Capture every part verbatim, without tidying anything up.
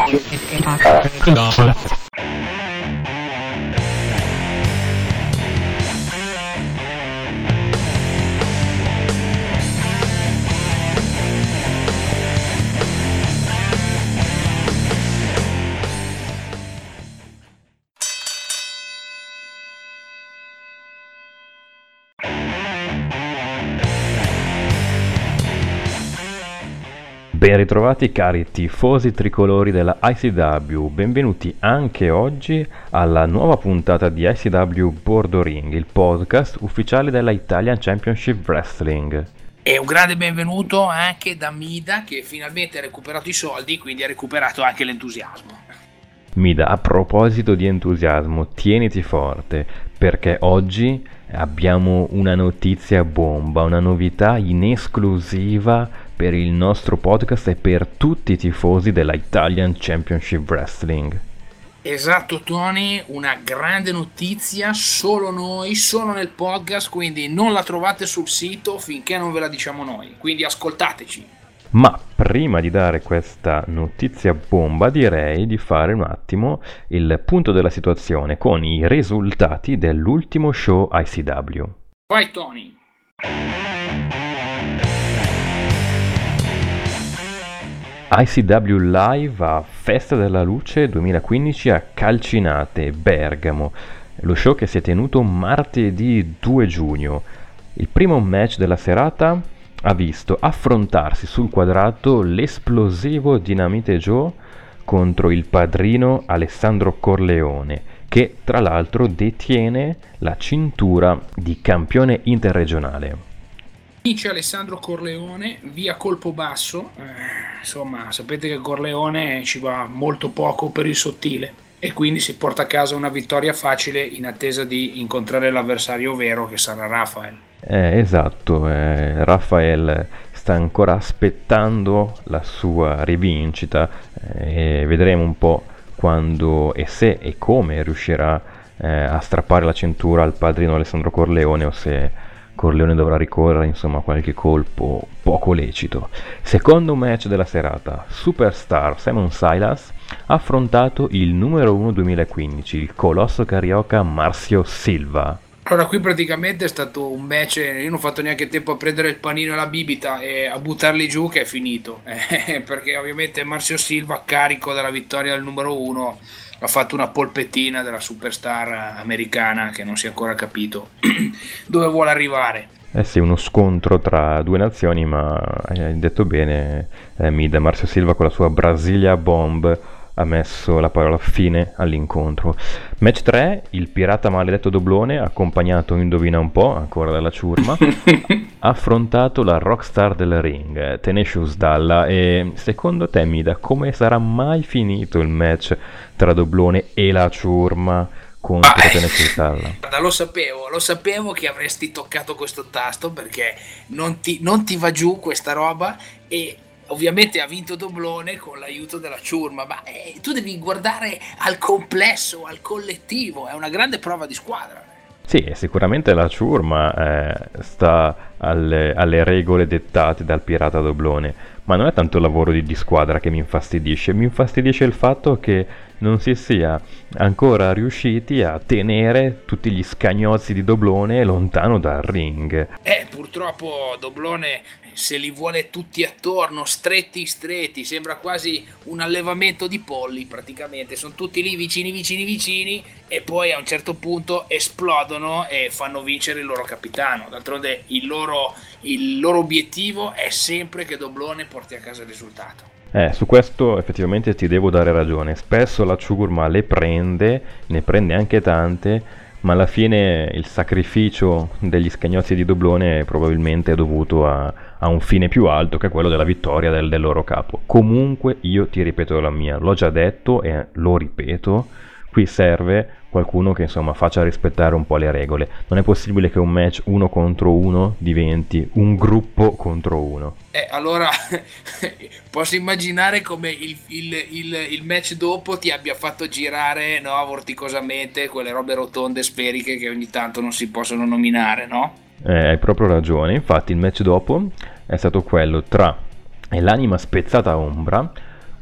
Ben ritrovati cari tifosi tricolori della I C W, benvenuti anche oggi alla nuova puntata di I C W Bordo Ring, il podcast ufficiale della Italian Championship Wrestling. E un grande benvenuto anche da Mida, che finalmente ha recuperato i soldi, quindi ha recuperato anche l'entusiasmo. Mida, a proposito di entusiasmo, tieniti forte, perché oggi abbiamo una notizia bomba, una novità in esclusiva per il nostro podcast e per tutti i tifosi della Italian Championship Wrestling. Esatto Tony, una grande notizia, solo noi, solo nel podcast, quindi non la trovate sul sito finché non ve la diciamo noi, quindi ascoltateci. Ma prima di dare questa notizia bomba direi di fare un attimo il punto della situazione con i risultati dell'ultimo show I C W. Vai Tony! I C W Live a Festa della Luce duemilaquindici a Calcinate, Bergamo, lo show che si è tenuto martedì due giugno. Il primo match della serata ha visto affrontarsi sul quadrato l'esplosivo Dinamite Joe contro il padrino Alessandro Corleone, che tra l'altro detiene la cintura di campione interregionale. Vince Alessandro Corleone via colpo basso, eh, insomma sapete che Corleone ci va molto poco per il sottile e quindi si porta a casa una vittoria facile in attesa di incontrare l'avversario vero che sarà Rafael. Eh, esatto, eh, Rafael sta ancora aspettando la sua rivincita eh, e vedremo un po' quando e se e come riuscirà eh, a strappare la cintura al padrino Alessandro Corleone o se Corleone dovrà ricorrere insomma a qualche colpo poco lecito. Secondo match della serata, Superstar Simon Silas ha affrontato il numero uno duemilaquindici, il colosso carioca Marcio Silva. Allora qui praticamente è stato un match, io non ho fatto neanche tempo a prendere il panino e la bibita e a buttarli giù che è finito, eh, perché ovviamente Marcio Silva, carico della vittoria del numero uno, ha fatto una polpettina della superstar americana che non si è ancora capito dove vuole arrivare. Eh sì, uno scontro tra due nazioni, ma hai detto bene, eh, Mida, Marcio Silva con la sua Brasilia Bomb ha messo la parola fine all'incontro. Match tre, il pirata maledetto Doblone, accompagnato, indovina un po', ancora dalla ciurma, ha affrontato la rockstar del ring, Tenacious Dalla. E secondo te, Mida, come sarà mai finito il match tra Doblone e la ciurma contro ah, Tenacious Dalla? Guarda, lo sapevo, lo sapevo che avresti toccato questo tasto perché non ti, non ti va giù questa roba e ovviamente ha vinto Doblone con l'aiuto della ciurma, ma eh, tu devi guardare al complesso, al collettivo, è una grande prova di squadra. Sì, sicuramente la ciurma eh, sta alle, alle regole dettate dal pirata Doblone, ma non è tanto il lavoro di, di squadra che mi infastidisce, mi infastidisce il fatto che non si sia ancora riusciti a tenere tutti gli scagnozzi di Doblone lontano dal ring. Eh, purtroppo Doblone se li vuole tutti attorno, stretti stretti, sembra quasi un allevamento di polli praticamente, sono tutti lì vicini vicini vicini e poi a un certo punto esplodono e fanno vincere il loro capitano. D'altronde il loro, il loro obiettivo è sempre che Doblone porti a casa il risultato. Eh, su questo effettivamente ti devo dare ragione, spesso la ciurma le prende, ne prende anche tante, ma alla fine il sacrificio degli scagnozzi di Doblone probabilmente è dovuto a, a un fine più alto che è quello della vittoria del, del loro capo. Comunque io ti ripeto la mia, l'ho già detto e lo ripeto, qui serve qualcuno che insomma faccia rispettare un po' le regole. Non è possibile che un match uno contro uno diventi un gruppo contro uno. Eh, allora posso immaginare come il, il, il, il match dopo ti abbia fatto girare, no, vorticosamente quelle robe rotonde sferiche che ogni tanto non si possono nominare, no? Eh, hai proprio ragione, infatti il match dopo è stato quello tra l'anima spezzata Ombra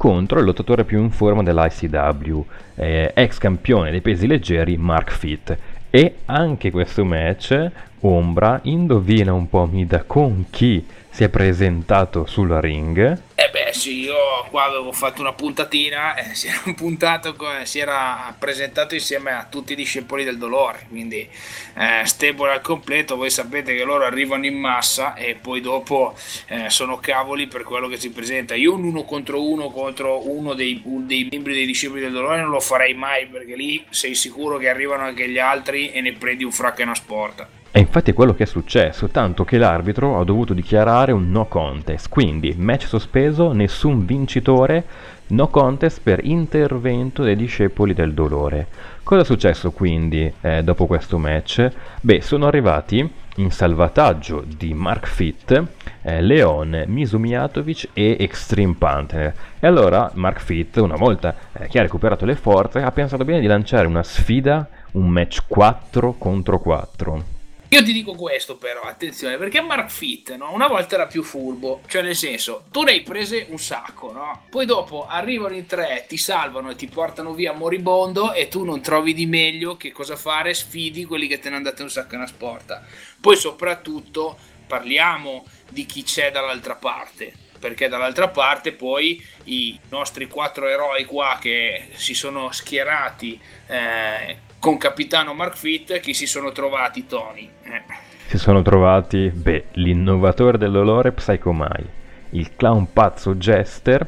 contro il lottatore più in forma dell'I C W, eh, ex campione dei pesi leggeri Mark Fit. E anche questo match, Ombra, indovina un po' Mida con chi si è presentato sul ring? Eh beh sì, io qua avevo fatto una puntatina, eh, si era puntato, si era presentato insieme a tutti i discepoli del dolore, quindi eh, stable al completo. Voi sapete che loro arrivano in massa e poi dopo eh, sono cavoli per quello che si presenta. Io un uno contro uno contro uno dei, uno dei membri dei discepoli del dolore non lo farei mai, perché lì sei sicuro che arrivano anche gli altri e ne prendi un fracco e una sporta. E infatti è quello che è successo, tanto che l'arbitro ha dovuto dichiarare un no contest, quindi match sospeso, nessun vincitore, no contest per intervento dei discepoli del dolore. Cosa è successo quindi eh, dopo questo match? Beh, sono arrivati in salvataggio di Mark Fit, eh, Leon, Mizu Mijatovic e Extreme Partner. E allora Mark Fit, una volta eh, che ha recuperato le forze, ha pensato bene di lanciare una sfida, un match quattro contro quattro. Io ti dico questo però, attenzione, perché Mark Fit, no? Una volta era più furbo, cioè nel senso, tu ne hai prese un sacco, no? Poi dopo arrivano in tre, ti salvano e ti portano via moribondo e tu non trovi di meglio che cosa fare, sfidi quelli che te ne hanno dato un sacco e una sporta. Poi soprattutto parliamo di chi c'è dall'altra parte, perché dall'altra parte poi i nostri quattro eroi qua che si sono schierati eh, con capitano Mark Fit, chi si sono trovati, Tony? Eh. Si sono trovati, beh, l'innovatore del dolore Psycho Mai, il clown pazzo Jester,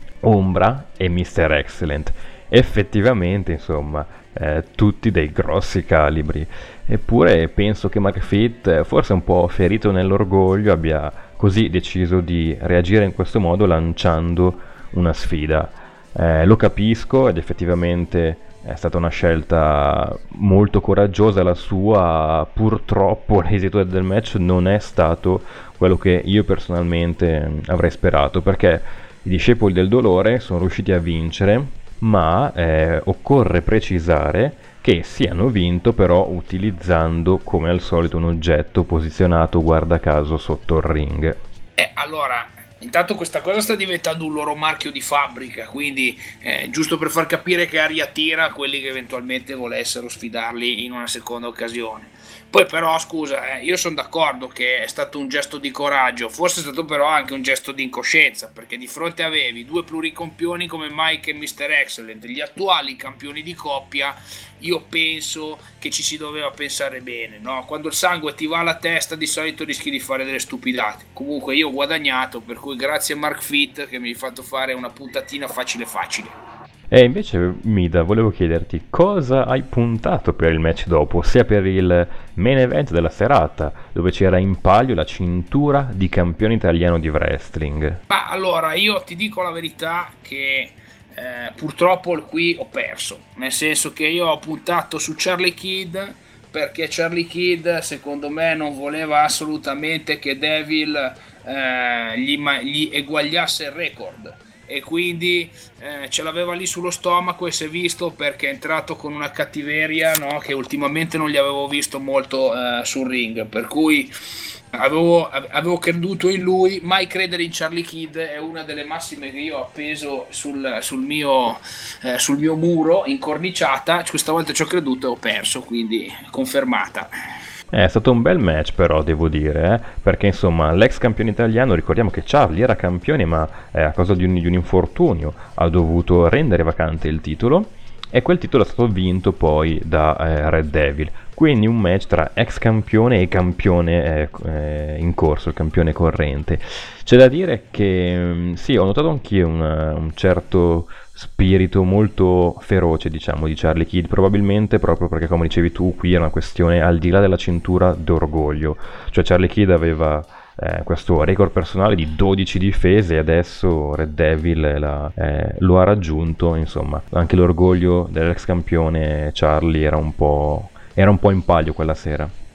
Ombra e mister Excellent. Effettivamente, insomma, eh, tutti dei grossi calibri. Eppure penso che Mark Fit, forse un po' ferito nell'orgoglio, abbia così deciso di reagire in questo modo lanciando una sfida. Eh, lo capisco ed effettivamente è stata una scelta molto coraggiosa la sua. Purtroppo l'esito del match non è stato quello che io personalmente avrei sperato, perché i discepoli del dolore sono riusciti a vincere, ma eh, occorre precisare che si hanno vinto però utilizzando come al solito un oggetto posizionato guarda caso sotto il ring. Eh, allora, intanto questa cosa sta diventando un loro marchio di fabbrica, quindi eh, giusto per far capire che aria tira a quelli che eventualmente volessero sfidarli in una seconda occasione. Poi però scusa, eh, io sono d'accordo che è stato un gesto di coraggio, forse è stato però anche un gesto di incoscienza, perché di fronte avevi due pluricampioni come Mike e mister Excellent, gli attuali campioni di coppia. Io penso che ci si doveva pensare bene, no? Quando il sangue ti va alla testa di solito rischi di fare delle stupidate. Comunque io ho guadagnato, per cui grazie a Mark Fit che mi hai fatto fare una puntatina facile facile. E invece, Mida, volevo chiederti cosa hai puntato per il match dopo, sia per il main event della serata, dove c'era in palio la cintura di campione italiano di wrestling. Ma allora, io ti dico la verità che eh, purtroppo qui ho perso, nel senso che io ho puntato su Charlie Kidd, perché Charlie Kidd secondo me non voleva assolutamente che Devil eh, gli, gli eguagliasse il record. E quindi eh, ce l'aveva lì sullo stomaco e si è visto, perché è entrato con una cattiveria, no, che ultimamente non gli avevo visto molto eh, sul ring, per cui avevo, avevo creduto in lui. Mai credere in Charlie Kidd è una delle massime che io ho appeso sul, sul, mio, eh, sul mio muro incorniciata. Questa volta ci ho creduto e ho perso, quindi confermata. È stato un bel match però, devo dire, eh? Perché insomma l'ex campione italiano, ricordiamo che Charlie era campione ma eh, a causa di un, di un infortunio ha dovuto rendere vacante il titolo, e quel titolo è stato vinto poi da eh, Red Devil. Quindi un match tra ex campione e campione eh, eh, in corso, il campione corrente. C'è da dire che mh, sì, ho notato anch'io una, un certo spirito molto feroce, diciamo, di Charlie Kidd, probabilmente proprio perché, come dicevi tu, qui è una questione al di là della cintura d'orgoglio. Cioè Charlie Kidd aveva eh, questo record personale di dodici difese e adesso Red Devil la, eh, lo ha raggiunto. Insomma, anche l'orgoglio dell'ex campione Charlie era un po', era un po' in palio quella sera.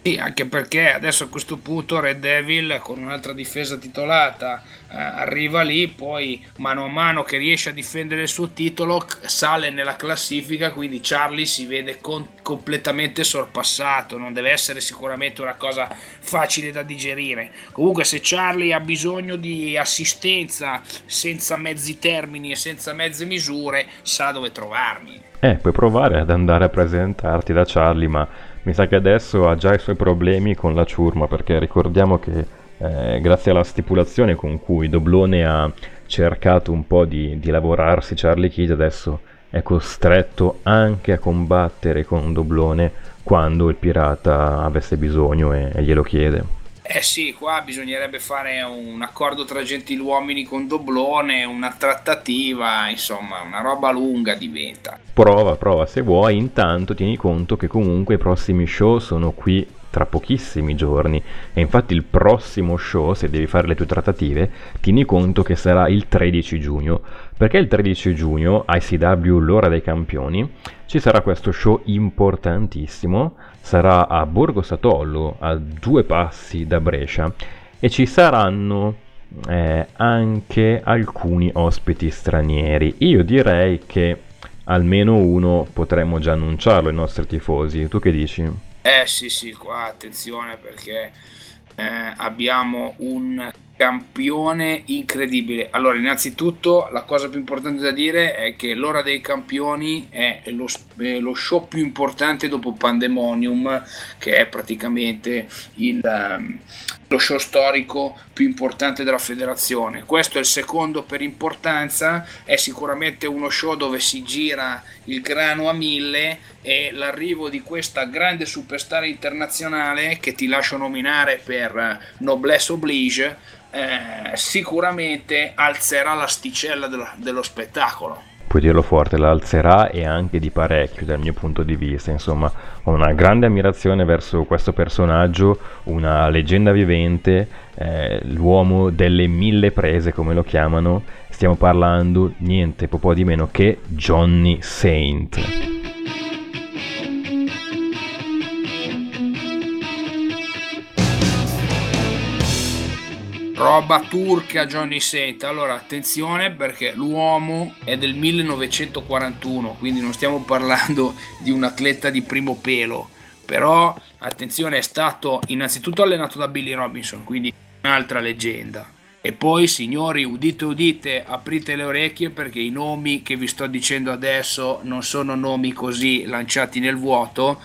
Sì, anche perché adesso a questo punto Red Devil con un'altra difesa titolata eh, arriva lì, poi mano a mano che riesce a difendere il suo titolo c- sale nella classifica, quindi Charlie si vede con- completamente sorpassato, non deve essere sicuramente una cosa facile da digerire. Comunque se Charlie ha bisogno di assistenza senza mezzi termini e senza mezze misure, sa dove trovarmi. Eh, puoi provare ad andare a presentarti da Charlie, ma mi sa che adesso ha già i suoi problemi con la ciurma, perché ricordiamo che eh, grazie alla stipulazione con cui Doblone ha cercato un po' di, di lavorarsi Charlie Kidd, adesso è costretto anche a combattere con Doblone quando il pirata avesse bisogno e, e glielo chiede. Eh sì, qua bisognerebbe fare un accordo tra gentiluomini con Doblone, una trattativa, insomma, una roba lunga diventa. Prova, prova se vuoi, intanto tieni conto che comunque i prossimi show sono qui tra pochissimi giorni e infatti il prossimo show, se devi fare le tue trattative, tieni conto che sarà il tredici giugno, perché il tredici giugno a I C W l'ora dei campioni ci sarà questo show importantissimo, sarà a Borgo Satollo, a due passi da Brescia, e ci saranno eh, anche alcuni ospiti stranieri. Io direi che almeno uno potremmo già annunciarlo ai nostri tifosi. Tu che dici? Eh sì sì, qua attenzione perché eh, abbiamo un campione incredibile. Allora, innanzitutto la cosa più importante da dire è che l'ora dei campioni è lo, è lo show più importante dopo Pandemonium, che è praticamente il, um, lo show storico più importante della federazione. Questo è il secondo per importanza, è sicuramente uno show dove si gira il grano a mille e l'arrivo di questa grande superstar internazionale che ti lascio nominare per Noblesse Oblige eh, sicuramente alzerà l'asticella dello, dello spettacolo. Puoi dirlo forte, la alzerà e anche di parecchio dal mio punto di vista. Insomma, ho una grande ammirazione verso questo personaggio, una leggenda vivente, eh, l'uomo delle mille prese come lo chiamano. Stiamo parlando niente po' di meno che Johnny Saint. Roba turca Johnny Saint. Allora attenzione perché l'uomo è del millenovecentoquarantuno, quindi non stiamo parlando di un atleta di primo pelo, però attenzione, è stato innanzitutto allenato da Billy Robinson, quindi un'altra leggenda. E poi signori, udite udite, aprite le orecchie perché i nomi che vi sto dicendo adesso non sono nomi così lanciati nel vuoto.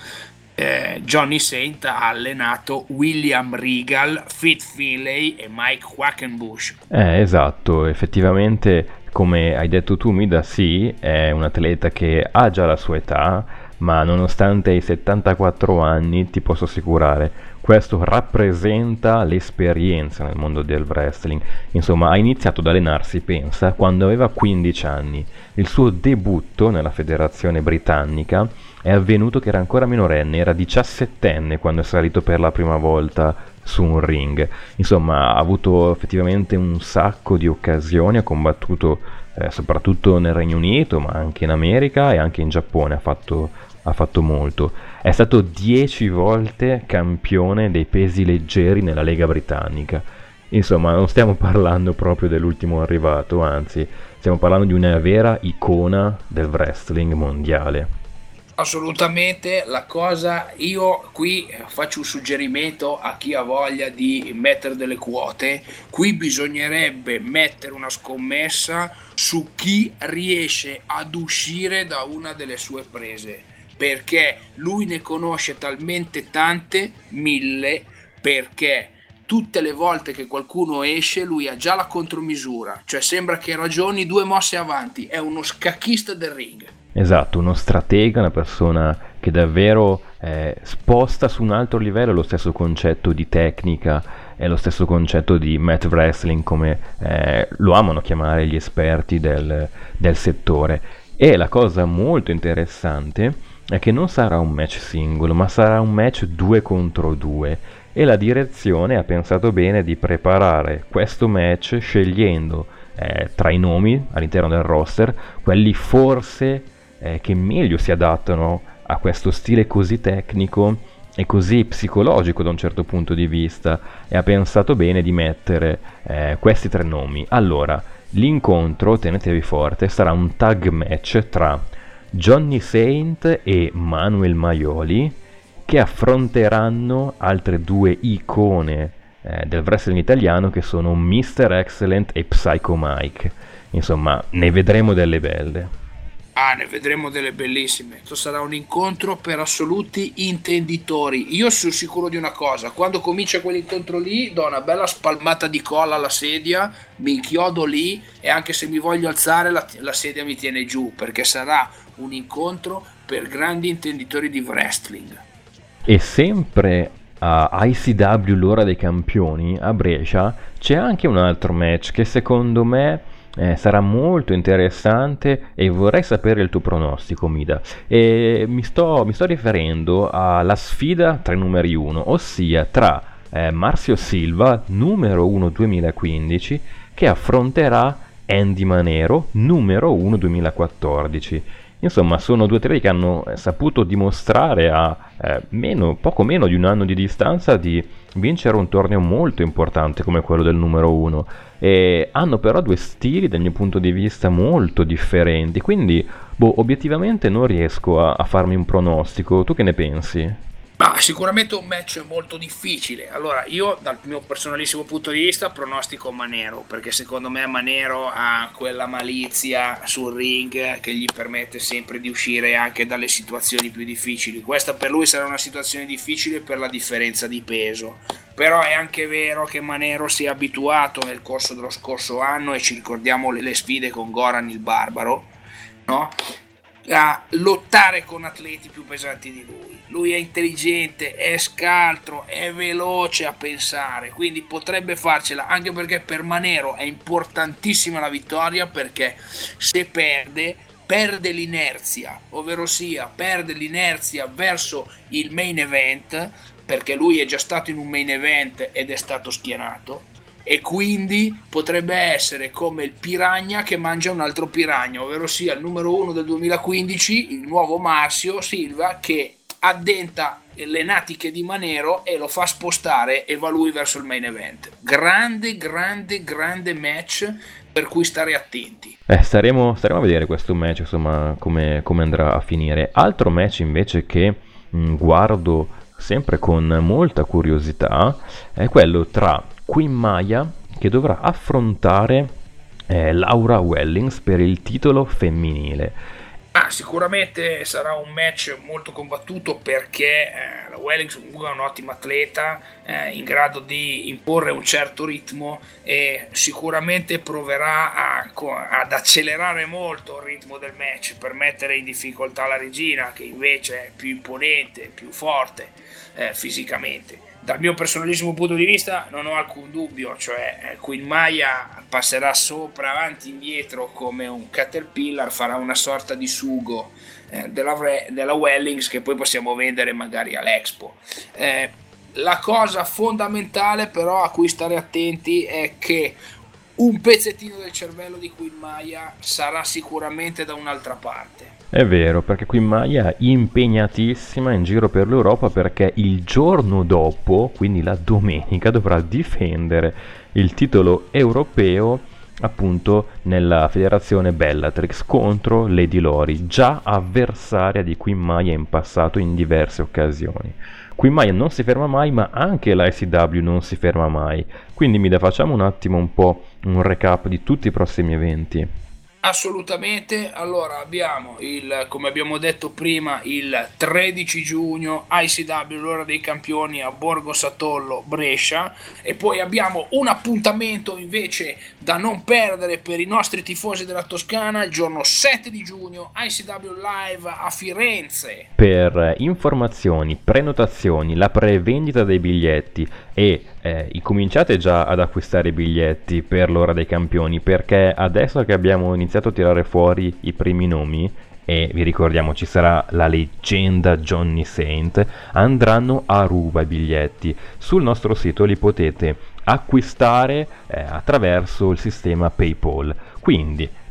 Eh, Johnny Saint ha allenato William Regal, Fit Finlay e Mike Quackenbush. Eh, esatto, effettivamente, come hai detto tu, Mida, sì, è un atleta che ha già la sua età, ma nonostante i settantaquattro anni, ti posso assicurare, questo rappresenta l'esperienza nel mondo del wrestling. Insomma, ha iniziato ad allenarsi, pensa, quando aveva quindici anni. Il suo debutto nella federazione britannica è avvenuto che era ancora minorenne, era diciassettenne quando è salito per la prima volta su un ring. Insomma, ha avuto effettivamente un sacco di occasioni, ha combattuto eh, soprattutto nel Regno Unito, ma anche in America e anche in Giappone ha fatto, ha fatto molto. È stato dieci volte campione dei pesi leggeri nella Lega Britannica. Insomma, non stiamo parlando proprio dell'ultimo arrivato, anzi, stiamo parlando di una vera icona del wrestling mondiale. Assolutamente, la cosa, io qui faccio un suggerimento a chi ha voglia di mettere delle quote, qui bisognerebbe mettere una scommessa su chi riesce ad uscire da una delle sue prese, perché lui ne conosce talmente tante, mille, perché tutte le volte che qualcuno esce lui ha già la contromisura, cioè sembra che ragioni due mosse avanti, è uno scacchista del ring. Esatto, uno stratega, una persona che davvero eh, sposta su un altro livello lo stesso concetto di tecnica e lo stesso concetto di mat wrestling, come eh, lo amano chiamare gli esperti del, del settore. E la cosa molto interessante è che non sarà un match singolo, ma sarà un match due contro due, e la direzione ha pensato bene di preparare questo match scegliendo eh, tra i nomi all'interno del roster quelli forse Eh, che meglio si adattano a questo stile così tecnico e così psicologico da un certo punto di vista, e ha pensato bene di mettere eh, questi tre nomi. Allora, l'incontro, tenetevi forte, sarà un tag match tra Johnny Saint e Manuel Maioli, che affronteranno altre due icone eh, del wrestling italiano, che sono mister Excellent e Psycho Mike. Insomma, ne vedremo delle belle. Ah, ne vedremo delle bellissime. Questo sarà un incontro per assoluti intenditori. Io sono sicuro di una cosa: quando comincia quell'incontro lì, do una bella spalmata di colla alla sedia, mi inchiodo lì, e anche se mi voglio alzare la, la sedia mi tiene giù, perché sarà un incontro per grandi intenditori di wrestling. E sempre a I C W, l'ora dei campioni, a Brescia, c'è anche un altro match che secondo me Eh, sarà molto interessante, e vorrei sapere il tuo pronostico, Mida. E mi sto, mi sto riferendo alla sfida tra i numeri uno, ossia tra eh, Marcio Silva, numero uno duemilaquindici, che affronterà Andy Manero, numero uno duemilaquattordici. Insomma, sono due atleti che hanno saputo dimostrare a eh, meno, poco meno di un anno di distanza di vincere un torneo molto importante come quello del numero uno, e hanno però due stili dal mio punto di vista molto differenti, quindi boh, obiettivamente non riesco a, a farmi un pronostico. Tu che ne pensi? Ma sicuramente un match molto difficile. Allora, io dal mio personalissimo punto di vista pronostico Manero, perché secondo me Manero ha quella malizia sul ring che gli permette sempre di uscire anche dalle situazioni più difficili. Questa per lui sarà una situazione difficile per la differenza di peso, però è anche vero che Manero si è abituato nel corso dello scorso anno, e ci ricordiamo le, le sfide con Goran il Barbaro, no? A lottare con atleti più pesanti di lui. Lui è intelligente, è scaltro, è veloce a pensare, quindi potrebbe farcela, anche perché per Manero è importantissima la vittoria, perché se perde perde l'inerzia, ovvero sia perde l'inerzia verso il main event, perché lui è già stato in un main event ed è stato schierato, e quindi potrebbe essere come il piranha che mangia un altro piranha, ovvero sia il numero uno del duemilaquindici, il nuovo Marcio Silva, che addenta le natiche di Manero e lo fa spostare, e va lui verso il main event. Grande, grande, grande match per cui stare attenti. Eh, staremo, staremo a vedere questo match, insomma, come, come andrà a finire. Altro match invece che mh, guardo sempre con molta curiosità è quello tra Queen Maya, che dovrà affrontare eh, Laura Wellings per il titolo femminile. Ah, sicuramente sarà un match molto combattuto, perché eh, la Wellings comunque è un'ottima atleta, eh, in grado di imporre un certo ritmo, e sicuramente proverà a, ad accelerare molto il ritmo del match per mettere in difficoltà la regina, che invece è più imponente, più forte eh, fisicamente. Dal mio personalissimo punto di vista non ho alcun dubbio, cioè Queen Maya passerà sopra, avanti, indietro come un caterpillar, farà una sorta di sugo eh, della, della Wellings, che poi possiamo vendere magari all'Expo. Eh, la cosa fondamentale però a cui stare attenti è che un pezzettino del cervello di Queen Maya sarà sicuramente da un'altra parte. È vero, perché Queen Maya è impegnatissima in giro per l'Europa, perché il giorno dopo, quindi la domenica, dovrà difendere il titolo europeo appunto nella federazione Bellatrix contro Lady Lori, già avversaria di Queen Maya in passato in diverse occasioni. Queen Maya non si ferma mai, ma anche l'I C W non si ferma mai. Quindi mi da facciamo un attimo un po' un recap di tutti i prossimi eventi. Assolutamente. Allora abbiamo il, come abbiamo detto prima, il tredici giugno I C W, l'ora dei campioni a Borgo Satollo, Brescia, e poi abbiamo un appuntamento invece da non perdere per i nostri tifosi della Toscana il giorno sette di giugno, I C W Live a Firenze. Per informazioni, prenotazioni, la prevendita dei biglietti e eh, cominciate già ad acquistare i biglietti per l'ora dei campioni, perché adesso che abbiamo iniziato a tirare fuori i primi nomi, e vi ricordiamo ci sarà la leggenda Johnny Saint, andranno a ruba i biglietti. Sul nostro sito li potete acquistare eh, attraverso il sistema PayPal, quindi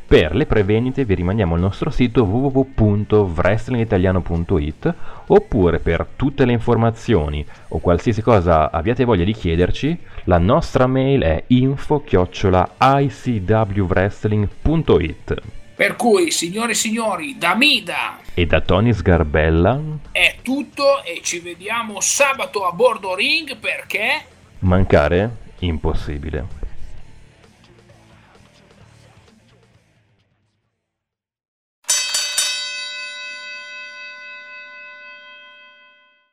Per le prevendite vi rimandiamo al nostro sito w w w punto wrestling italiano punto i t, oppure per tutte le informazioni o qualsiasi cosa abbiate voglia di chiederci, la nostra mail è info chiocciola i c w wrestling punto i t. Per cui, signore e signori, da Mida e da Tony Sgarbella è tutto, e ci vediamo sabato a bordo ring, perché mancare impossibile.